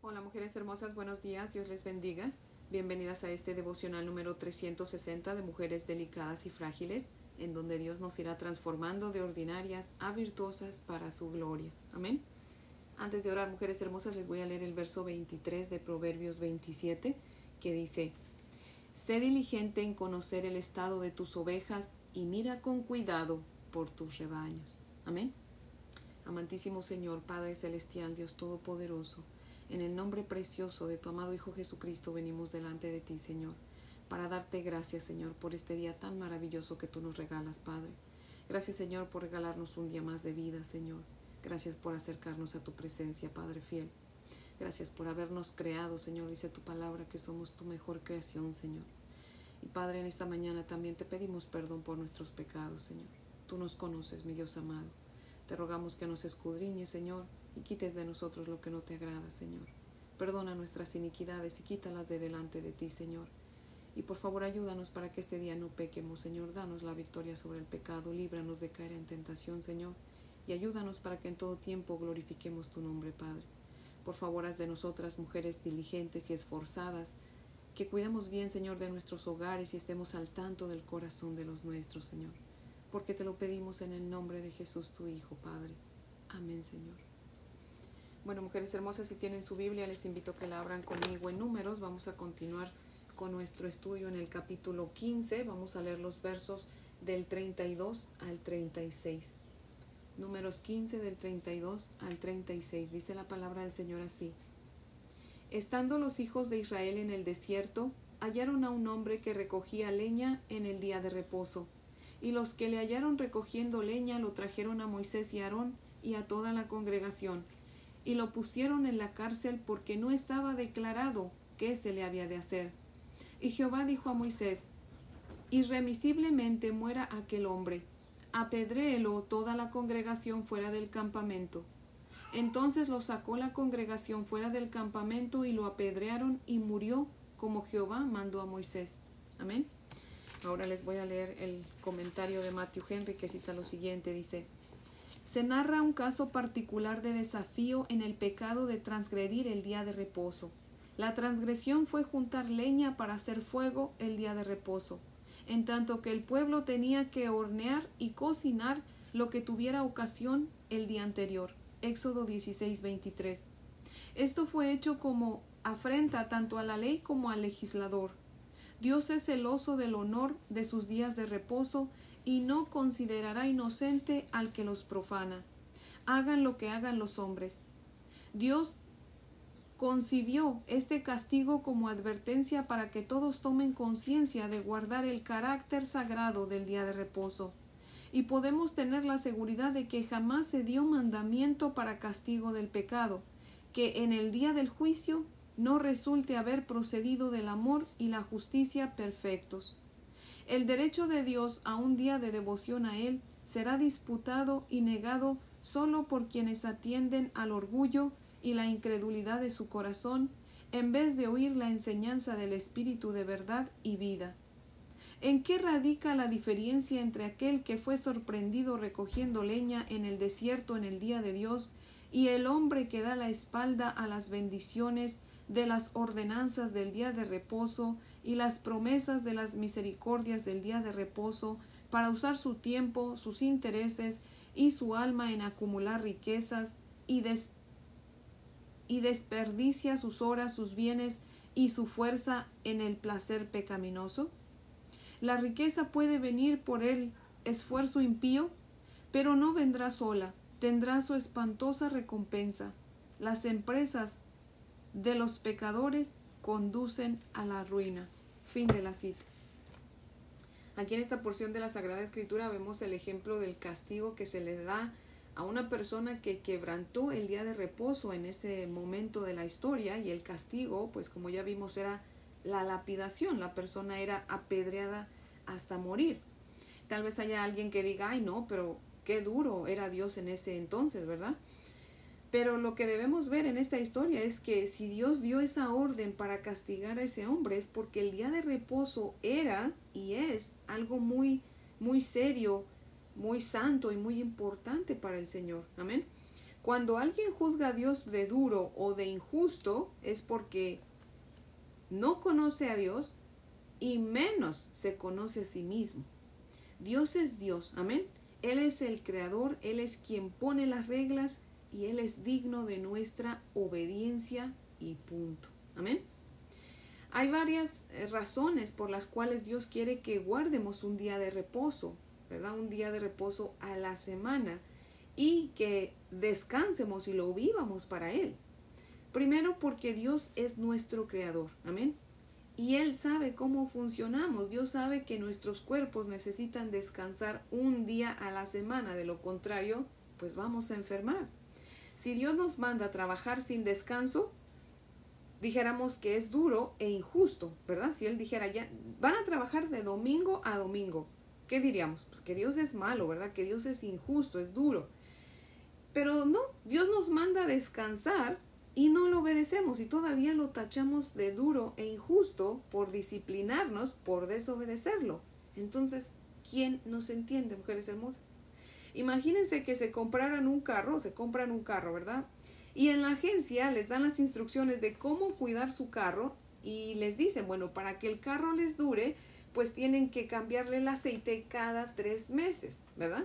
Hola mujeres hermosas, buenos días, Dios les bendiga. Bienvenidas a este devocional número 360 de Mujeres Delicadas y Frágiles, en donde Dios nos irá transformando de ordinarias a virtuosas para su gloria. Amén. Antes de orar, mujeres hermosas, les voy a leer el verso 23 de Proverbios 27, que dice: Sé diligente en conocer el estado de tus ovejas y mira con cuidado por tus rebaños. Amén. Amantísimo Señor, Padre Celestial, Dios Todopoderoso, en el nombre precioso de tu amado Hijo Jesucristo venimos delante de ti, Señor, para darte gracias, Señor, por este día tan maravilloso que tú nos regalas, Padre. Gracias, Señor, por regalarnos un día más de vida, Señor. Gracias por acercarnos a tu presencia, Padre fiel. Gracias por habernos creado, Señor. Dice tu palabra que somos tu mejor creación, Señor. Y Padre, en esta mañana también te pedimos perdón por nuestros pecados, Señor. Tú nos conoces, mi Dios amado. Te rogamos que nos escudriñes, Señor, y quites de nosotros lo que no te agrada, Señor. Perdona nuestras iniquidades y quítalas de delante de ti, Señor. Y por favor ayúdanos para que este día no pequemos, Señor. Danos la victoria sobre el pecado, líbranos de caer en tentación, Señor. Y ayúdanos para que en todo tiempo glorifiquemos tu nombre, Padre. Por favor, haz de nosotras mujeres diligentes y esforzadas, que cuidemos bien, Señor, de nuestros hogares y estemos al tanto del corazón de los nuestros, Señor. Porque te lo pedimos en el nombre de Jesús, tu Hijo, Padre. Amén, Señor. Bueno, mujeres hermosas, si tienen su Biblia, les invito a que la abran conmigo en Números. Vamos a continuar con nuestro estudio en el capítulo 15. Vamos a leer los versos del 32 al 36. Números 15 del 32 al 36. Dice la palabra del Señor así: Estando los hijos de Israel en el desierto, hallaron a un hombre que recogía leña en el día de reposo. Y los que le hallaron recogiendo leña lo trajeron a Moisés y a Aarón y a toda la congregación, y lo pusieron en la cárcel porque no estaba declarado qué se le había de hacer. Y Jehová dijo a Moisés: Irremisiblemente muera aquel hombre, apedréelo toda la congregación fuera del campamento. Entonces lo sacó la congregación fuera del campamento y lo apedrearon, y murió como Jehová mandó a Moisés. Amén. Ahora les voy a leer el comentario de Matthew Henry, que cita lo siguiente. Dice: Se narra un caso particular de desafío en el pecado de transgredir el día de reposo. La transgresión fue juntar leña para hacer fuego el día de reposo, en tanto que el pueblo tenía que hornear y cocinar lo que tuviera ocasión el día anterior. Éxodo 16:23. Esto fue hecho como afrenta tanto a la ley como al legislador. Dios es celoso del honor de sus días de reposo y no considerará inocente al que los profana, hagan lo que hagan los hombres. Dios concibió este castigo como advertencia para que todos tomen conciencia de guardar el carácter sagrado del día de reposo. Y podemos tener la seguridad de que jamás se dio mandamiento para castigo del pecado, que en el día del juicio no resulte haber procedido del amor y la justicia perfectos. El derecho de Dios a un día de devoción a Él será disputado y negado solo por quienes atienden al orgullo y la incredulidad de su corazón, en vez de oír la enseñanza del Espíritu de verdad y vida. ¿En qué radica la diferencia entre aquel que fue sorprendido recogiendo leña en el desierto en el día de Dios y el hombre que da la espalda a las bendiciones de las ordenanzas del día de reposo y las promesas de las misericordias del día de reposo para usar su tiempo, sus intereses y su alma en acumular riquezas y desperdicia sus horas, sus bienes y su fuerza en el placer pecaminoso? La riqueza puede venir por el esfuerzo impío, pero no vendrá sola, tendrá su espantosa recompensa. Las empresas de los pecadores conducen a la ruina. Fin de la cita. Aquí en esta porción de la Sagrada Escritura vemos el ejemplo del castigo que se le da a una persona que quebrantó el día de reposo en ese momento de la historia, y el castigo, pues como ya vimos, era la lapidación. La persona era apedreada hasta morir. Tal vez haya alguien que diga: ay no, pero qué duro era Dios en ese entonces, ¿verdad? Pero lo que debemos ver en esta historia es que si Dios dio esa orden para castigar a ese hombre es porque el día de reposo era y es algo muy, muy serio, muy santo y muy importante para el Señor. Amén. Cuando alguien juzga a Dios de duro o de injusto, es porque no conoce a Dios y menos se conoce a sí mismo. Dios es Dios, amén. Él es el creador, Él es quien pone las reglas y Él es digno de nuestra obediencia y punto. Amén. Hay varias razones por las cuales Dios quiere que guardemos un día de reposo, ¿verdad? Un día de reposo a la semana y que descansemos y lo vivamos para Él. Primero porque Dios es nuestro creador, amén. Y Él sabe cómo funcionamos. Dios sabe que nuestros cuerpos necesitan descansar un día a la semana. De lo contrario, pues vamos a enfermar. Si Dios nos manda a trabajar sin descanso, dijéramos que es duro e injusto, ¿verdad? Si Él dijera, ya van a trabajar de domingo a domingo, ¿qué diríamos? Pues que Dios es malo, ¿verdad? Que Dios es injusto, es duro. Pero no, Dios nos manda a descansar y no lo obedecemos y todavía lo tachamos de duro e injusto por disciplinarnos, por desobedecerlo. Entonces, ¿quién nos entiende, mujeres hermosas? Imagínense que se compran un carro, ¿verdad? Y en la agencia les dan las instrucciones de cómo cuidar su carro y les dicen, bueno, para que el carro les dure, pues tienen que cambiarle el aceite cada 3 meses, ¿verdad?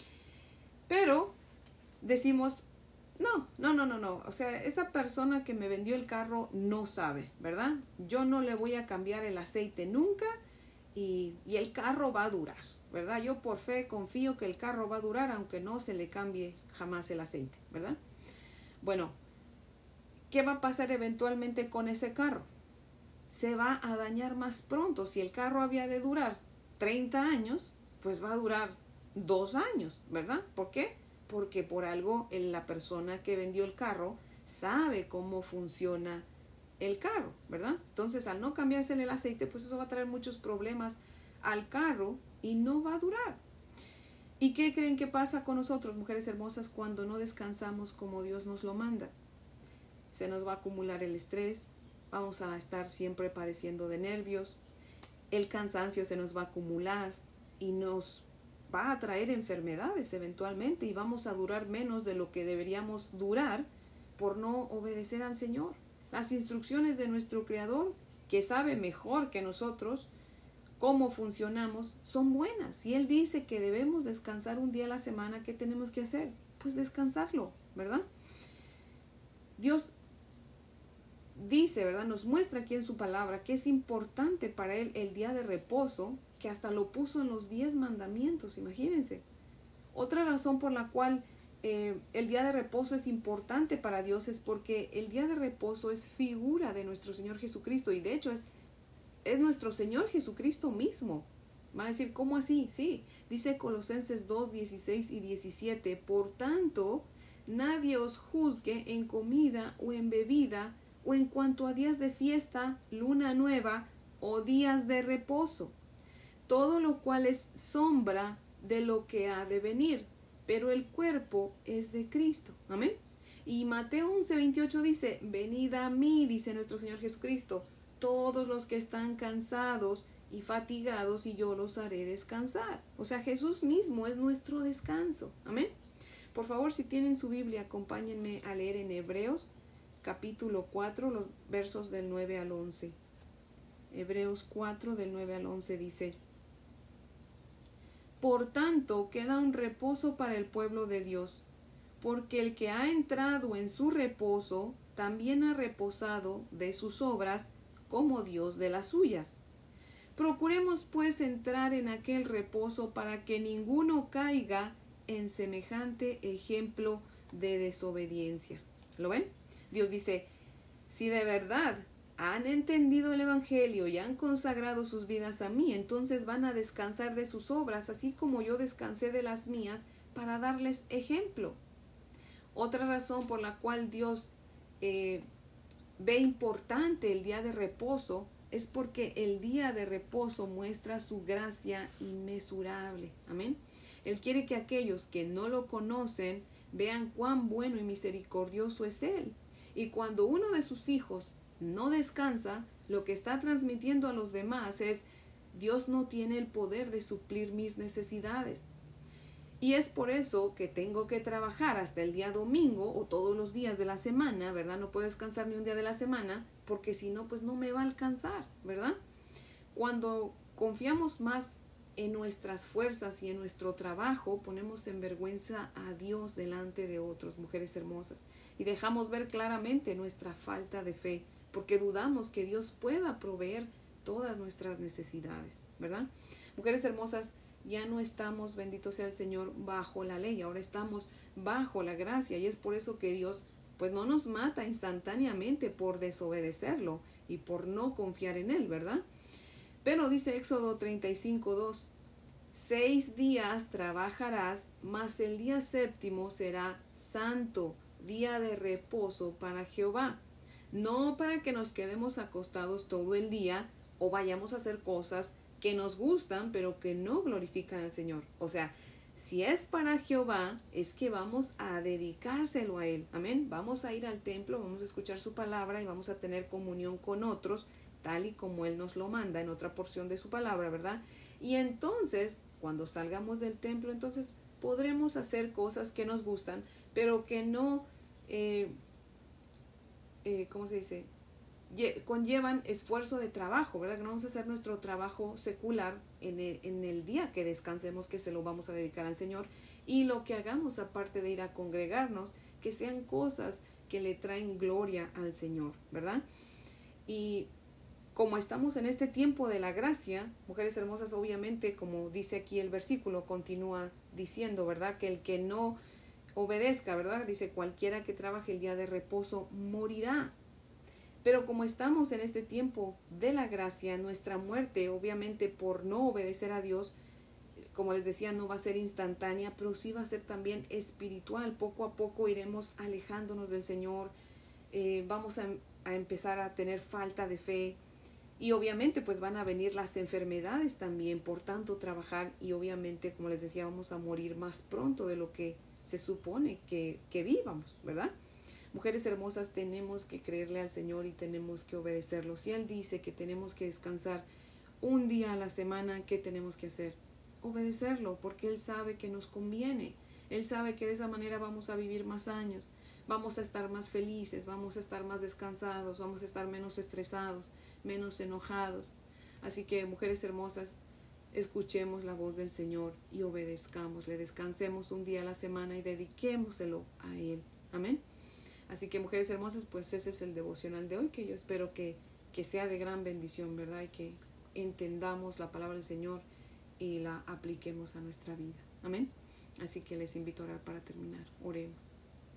Pero decimos, no. O sea, esa persona que me vendió el carro no sabe, ¿verdad? Yo no le voy a cambiar el aceite nunca y el carro va a durar, ¿verdad? Yo por fe confío que el carro va a durar aunque no se le cambie jamás el aceite, ¿verdad? Bueno, ¿qué va a pasar eventualmente con ese carro? Se va a dañar más pronto. Si el carro había de durar 30 años, pues va a durar 2 años, ¿verdad? ¿Por qué? Porque por algo la persona que vendió el carro sabe cómo funciona el carro, ¿verdad? Entonces, al no cambiársele el aceite, pues eso va a traer muchos problemas al carro y no va a durar. ¿Y qué creen que pasa con nosotros, mujeres hermosas, cuando no descansamos como Dios nos lo manda? Se nos va a acumular el estrés, vamos a estar siempre padeciendo de nervios, el cansancio se nos va a acumular y nos va a traer enfermedades eventualmente y vamos a durar menos de lo que deberíamos durar por no obedecer al Señor. Las instrucciones de nuestro Creador, que sabe mejor que nosotros cómo funcionamos, son buenas. Si Él dice que debemos descansar un día a la semana, ¿qué tenemos que hacer? Pues descansarlo, ¿verdad? Dios dice, ¿verdad? Nos muestra aquí en su palabra que es importante para Él el día de reposo, que hasta lo puso en los 10 mandamientos, imagínense. Otra razón por la cual el día de reposo es importante para Dios es porque el día de reposo es figura de nuestro Señor Jesucristo y de hecho es nuestro Señor Jesucristo mismo. Van a decir, ¿cómo así? Sí, dice Colosenses 2, 16 y 17, por tanto, nadie os juzgue en comida o en bebida o en cuanto a días de fiesta, luna nueva o días de reposo, todo lo cual es sombra de lo que ha de venir, pero el cuerpo es de Cristo. Amén. Y Mateo 11, 28 dice, venid a mí, dice nuestro Señor Jesucristo, todos los que están cansados y fatigados, y yo los haré descansar. O sea, Jesús mismo es nuestro descanso. Amén. Por favor, si tienen su Biblia, acompáñenme a leer en Hebreos, capítulo 4, los versos del 9 al 11. Hebreos 4, del 9 al 11 dice, por tanto, queda un reposo para el pueblo de Dios, porque el que ha entrado en su reposo, también ha reposado de sus obras, como Dios de las suyas. Procuremos pues entrar en aquel reposo para que ninguno caiga en semejante ejemplo de desobediencia. ¿Lo ven? Dios dice, si de verdad han entendido el Evangelio y han consagrado sus vidas a mí, entonces van a descansar de sus obras, así como yo descansé de las mías para darles ejemplo. Otra razón por la cual Dios ve importante el día de reposo es porque el día de reposo muestra su gracia inmesurable. Amén. Él quiere que aquellos que no lo conocen vean cuán bueno y misericordioso es Él. Y cuando uno de sus hijos no descansa, lo que está transmitiendo a los demás es: Dios no tiene el poder de suplir mis necesidades. Y es por eso que tengo que trabajar hasta el día domingo o todos los días de la semana, ¿verdad? No puedo descansar ni un día de la semana, porque si no, pues no me va a alcanzar, ¿verdad? Cuando confiamos más en nuestras fuerzas y en nuestro trabajo, ponemos en vergüenza a Dios delante de otros, mujeres hermosas, y dejamos ver claramente nuestra falta de fe, porque dudamos que Dios pueda proveer todas nuestras necesidades, ¿verdad? Mujeres hermosas, ya no estamos, bendito sea el Señor, bajo la ley, ahora estamos bajo la gracia, y es por eso que Dios pues no nos mata instantáneamente por desobedecerlo y por no confiar en Él, ¿verdad? Pero dice Éxodo 35:2, 6 días trabajarás, mas el día séptimo será santo, día de reposo para Jehová. No para que nos quedemos acostados todo el día o vayamos a hacer cosas que nos gustan pero que no glorifican al Señor. O sea, si es para Jehová, es que vamos a dedicárselo a Él. Amén. Vamos a ir al templo, vamos a escuchar su palabra y vamos a tener comunión con otros, tal y como Él nos lo manda en otra porción de su palabra, ¿verdad? Y entonces, cuando salgamos del templo, entonces podremos hacer cosas que nos gustan, pero que no, ¿cómo se dice? Conllevan esfuerzo de trabajo, ¿verdad? Que no vamos a hacer nuestro trabajo secular en el día que descansemos, que se lo vamos a dedicar al Señor, y lo que hagamos aparte de ir a congregarnos, que sean cosas que le traen gloria al Señor, ¿verdad? Y como estamos en este tiempo de la gracia, mujeres hermosas, obviamente, como dice aquí el versículo, continúa diciendo, ¿verdad? Que el que no obedezca, ¿verdad? Dice, cualquiera que trabaje el día de reposo morirá. Pero como estamos en este tiempo de la gracia, nuestra muerte, obviamente por no obedecer a Dios, como les decía, no va a ser instantánea, pero sí va a ser también espiritual. Poco a poco iremos alejándonos del Señor, vamos a empezar a tener falta de fe, y obviamente pues van a venir las enfermedades también por tanto trabajar, y obviamente, como les decía, vamos a morir más pronto de lo que se supone que vivamos, ¿verdad? Mujeres hermosas, tenemos que creerle al Señor y tenemos que obedecerlo. Si Él dice que tenemos que descansar un día a la semana, ¿qué tenemos que hacer? Obedecerlo, porque Él sabe que nos conviene. Él sabe que de esa manera vamos a vivir más años, vamos a estar más felices, vamos a estar más descansados, vamos a estar menos estresados, menos enojados. Así que, mujeres hermosas, escuchemos la voz del Señor y obedezcámosle, descansemos un día a la semana y dediquémoselo a Él. Amén. Así que, mujeres hermosas, pues ese es el devocional de hoy, que yo espero que sea de gran bendición, ¿verdad? Y que entendamos la palabra del Señor y la apliquemos a nuestra vida. Amén. Así que les invito a orar para terminar. Oremos.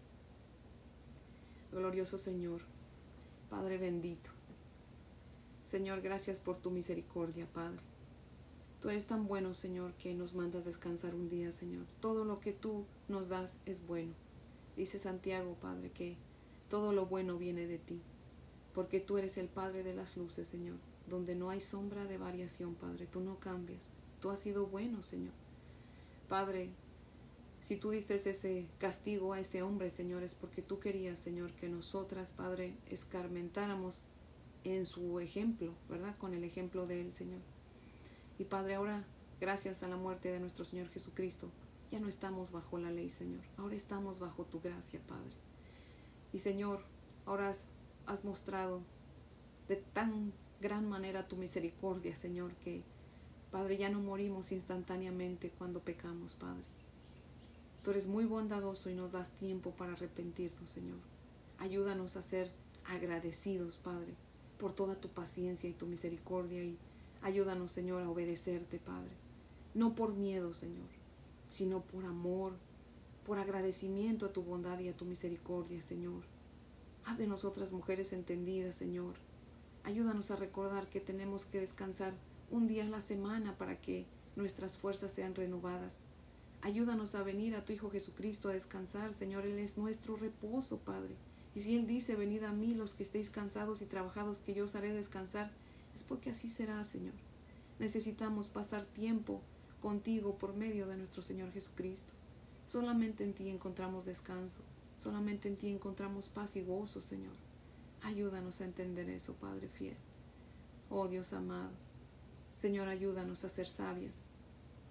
Glorioso Señor, Padre bendito. Señor, gracias por tu misericordia, Padre. Tú eres tan bueno, Señor, que nos mandas descansar un día, Señor. Todo lo que tú nos das es bueno. Dice Santiago, Padre, que todo lo bueno viene de ti, porque tú eres el Padre de las luces, Señor, donde no hay sombra de variación, Padre. Tú no cambias. Tú has sido bueno, Señor. Padre, si tú diste ese castigo a ese hombre, Señor, es porque tú querías, Señor, que nosotras, Padre, escarmentáramos en su ejemplo, ¿verdad? Con el ejemplo de él, Señor. Y Padre, ahora, gracias a la muerte de nuestro Señor Jesucristo, ya no estamos bajo la ley, Señor. Ahora estamos bajo tu gracia, Padre. Y Señor, ahora has mostrado de tan gran manera tu misericordia, Señor, que, Padre, ya no morimos instantáneamente cuando pecamos, Padre. Tú eres muy bondadoso y nos das tiempo para arrepentirnos, Señor. Ayúdanos a ser agradecidos, Padre, por toda tu paciencia y tu misericordia, y ayúdanos, Señor, a obedecerte, Padre. No por miedo, Señor, sino por amor, por agradecimiento a tu bondad y a tu misericordia, Señor. Haz de nosotras mujeres entendidas, Señor. Ayúdanos a recordar que tenemos que descansar un día a la semana para que nuestras fuerzas sean renovadas. Ayúdanos a venir a tu Hijo Jesucristo a descansar, Señor. Él es nuestro reposo, Padre. Y si Él dice, venid a mí los que estéis cansados y trabajados, que yo os haré descansar, es porque así será, Señor. Necesitamos pasar tiempo contigo por medio de nuestro Señor Jesucristo. Solamente en ti encontramos descanso. Solamente en ti encontramos paz y gozo, Señor. Ayúdanos a entender eso, Padre fiel. Oh Dios amado, Señor, ayúdanos a ser sabias.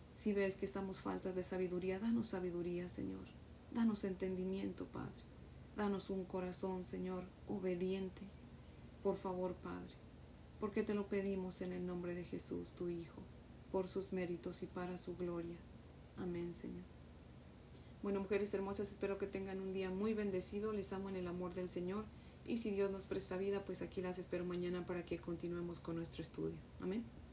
Si ves que estamos faltas de sabiduría, danos sabiduría, Señor. Danos entendimiento, Padre. Danos un corazón, Señor, obediente. Por favor, Padre, porque te lo pedimos en el nombre de Jesús, tu Hijo, por sus méritos y para su gloria. Amén, Señor. Bueno, mujeres hermosas, espero que tengan un día muy bendecido. Les amo en el amor del Señor. Y si Dios nos presta vida, pues aquí las espero mañana para que continuemos con nuestro estudio. Amén.